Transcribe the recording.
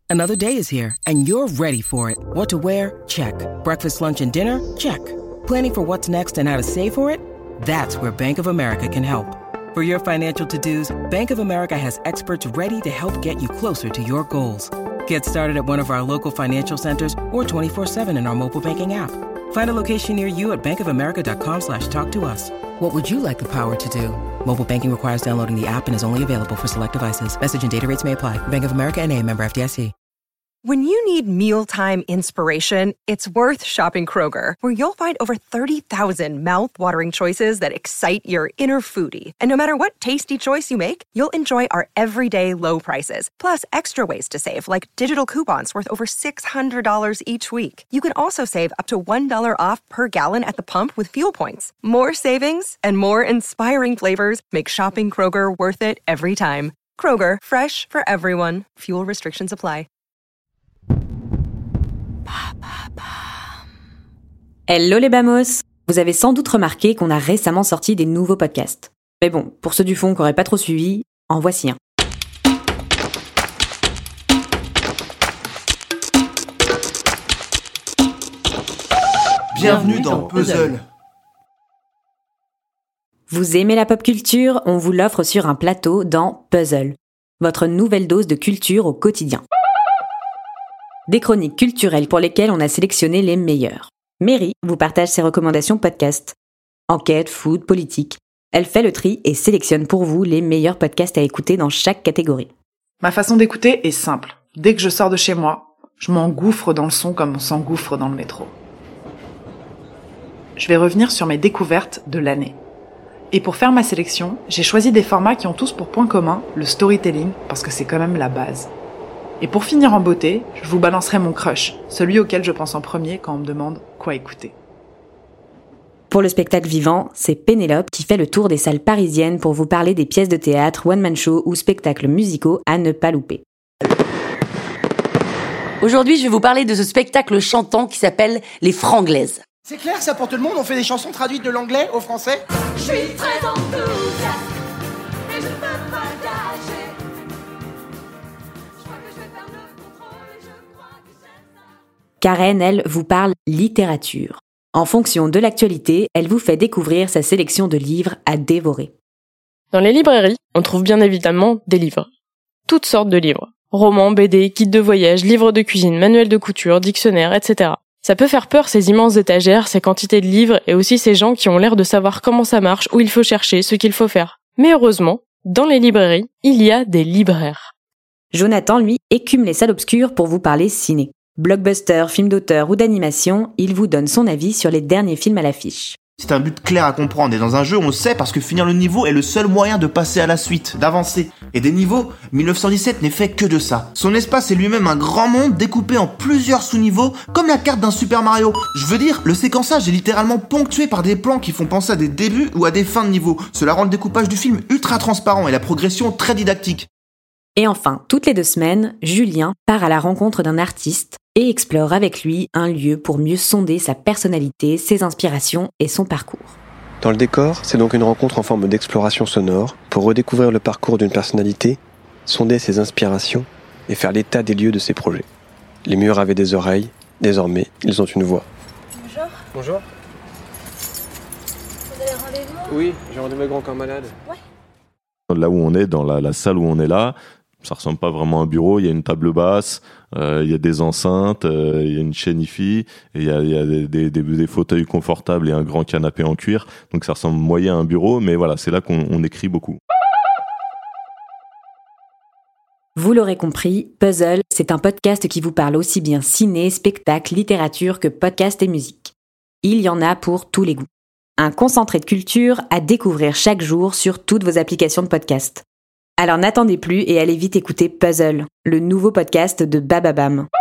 Another day is here, and you're ready for it. What to wear? Check. Breakfast, lunch, and dinner? Check. Planning for what's next and how to save for it? That's where Bank of America can help. For your financial to-dos, Bank of America has experts ready to help get you closer to your goals. Get started at one of our local financial centers or 24/7 in our mobile banking app. Find a location near you at bankofamerica.com/talktous. What would you like the power to do? Mobile banking requires downloading the app and is only available for select devices. Message and data rates may apply. Bank of America N.A., member FDIC. When you need mealtime inspiration, it's worth shopping Kroger, where you'll find over 30,000 mouth-watering choices that excite your inner foodie. And no matter what tasty choice you make, you'll enjoy our everyday low prices, plus extra ways to save, like digital coupons worth over $600 each week. You can also save up to $1 off per gallon at the pump with fuel points. More savings and more inspiring flavors make shopping Kroger worth it every time. Kroger, fresh for everyone. Fuel restrictions apply. Hello les Bamos! Vous avez sans doute remarqué qu'on a récemment sorti des nouveaux podcasts. Mais bon, pour ceux du fond qui n'auraient pas trop suivi, en voici un. Bienvenue dans Puzzle. Vous aimez la pop culture? On vous l'offre sur un plateau dans Puzzle, votre nouvelle dose de culture au quotidien. Des chroniques culturelles pour lesquelles on a sélectionné les meilleures. Mary vous partage ses recommandations podcast. Enquête, food, politique. Elle fait le tri et sélectionne pour vous les meilleurs podcasts à écouter dans chaque catégorie. Ma façon d'écouter est simple. Dès que je sors de chez moi, je m'engouffre dans le son comme on s'engouffre dans le métro. Je vais revenir sur mes découvertes de l'année. Et pour faire ma sélection, j'ai choisi des formats qui ont tous pour point commun le storytelling, parce que c'est quand même la base. Et pour finir en beauté, je vous balancerai mon crush, celui auquel je pense en premier quand on me demande quoi écouter. Pour le spectacle vivant, c'est Pénélope qui fait le tour des salles parisiennes pour vous parler des pièces de théâtre, one-man show ou spectacles musicaux à ne pas louper. Aujourd'hui, je vais vous parler de ce spectacle chantant qui s'appelle Les Franglaises. C'est clair, ça pour tout le monde, on fait des chansons traduites de l'anglais au français. Je suis très enthousiaste et je peux partager. Je crois que je vais faire le contrôle et je crois que c'est ça. Karen, elle, vous parle littérature. En fonction de l'actualité, elle vous fait découvrir sa sélection de livres à dévorer. Dans les librairies, on trouve bien évidemment des livres. Toutes sortes de livres. Romans, BD, kits de voyage, livres de cuisine, manuels de couture, dictionnaires, etc. Ça peut faire peur ces immenses étagères, ces quantités de livres et aussi ces gens qui ont l'air de savoir comment ça marche, où il faut chercher, ce qu'il faut faire. Mais heureusement, dans les librairies, il y a des libraires. Jonathan, lui, écume les salles obscures pour vous parler ciné. Blockbuster, film d'auteur ou d'animation, il vous donne son avis sur les derniers films à l'affiche. C'est un but clair à comprendre et dans un jeu on le sait parce que finir le niveau est le seul moyen de passer à la suite, d'avancer. Et des niveaux, 1917 n'est fait que de ça. Son espace est lui-même un grand monde découpé en plusieurs sous-niveaux comme la carte d'un Super Mario. Je veux dire, le séquençage est littéralement ponctué par des plans qui font penser à des débuts ou à des fins de niveau. Cela rend le découpage du film ultra transparent et la progression très didactique. Et enfin, toutes les 2 semaines, Julien part à la rencontre d'un artiste et explore avec lui un lieu pour mieux sonder sa personnalité, ses inspirations et son parcours. Dans le décor, c'est donc une rencontre en forme d'exploration sonore pour redécouvrir le parcours d'une personnalité, sonder ses inspirations et faire l'état des lieux de ses projets. Les murs avaient des oreilles, désormais ils ont une voix. Bonjour. Bonjour. Vous avez rendez-vous ? Oui, j'ai rendez-vous avec grand corps malade. Ouais. Là où on est, dans la salle où on est là, ça ressemble pas vraiment à un bureau. Il y a une table basse, il y a des enceintes, il y a une chaîne hi-fi, et il y a des fauteuils confortables et un grand canapé en cuir. Donc ça ressemble moyen à un bureau, mais voilà, c'est là qu'on écrit beaucoup. Vous l'aurez compris, Puzzle, c'est un podcast qui vous parle aussi bien ciné, spectacle, littérature que podcast et musique. Il y en a pour tous les goûts. Un concentré de culture à découvrir chaque jour sur toutes vos applications de podcast. Alors n'attendez plus et allez vite écouter Puzzle, le nouveau podcast de Bababam.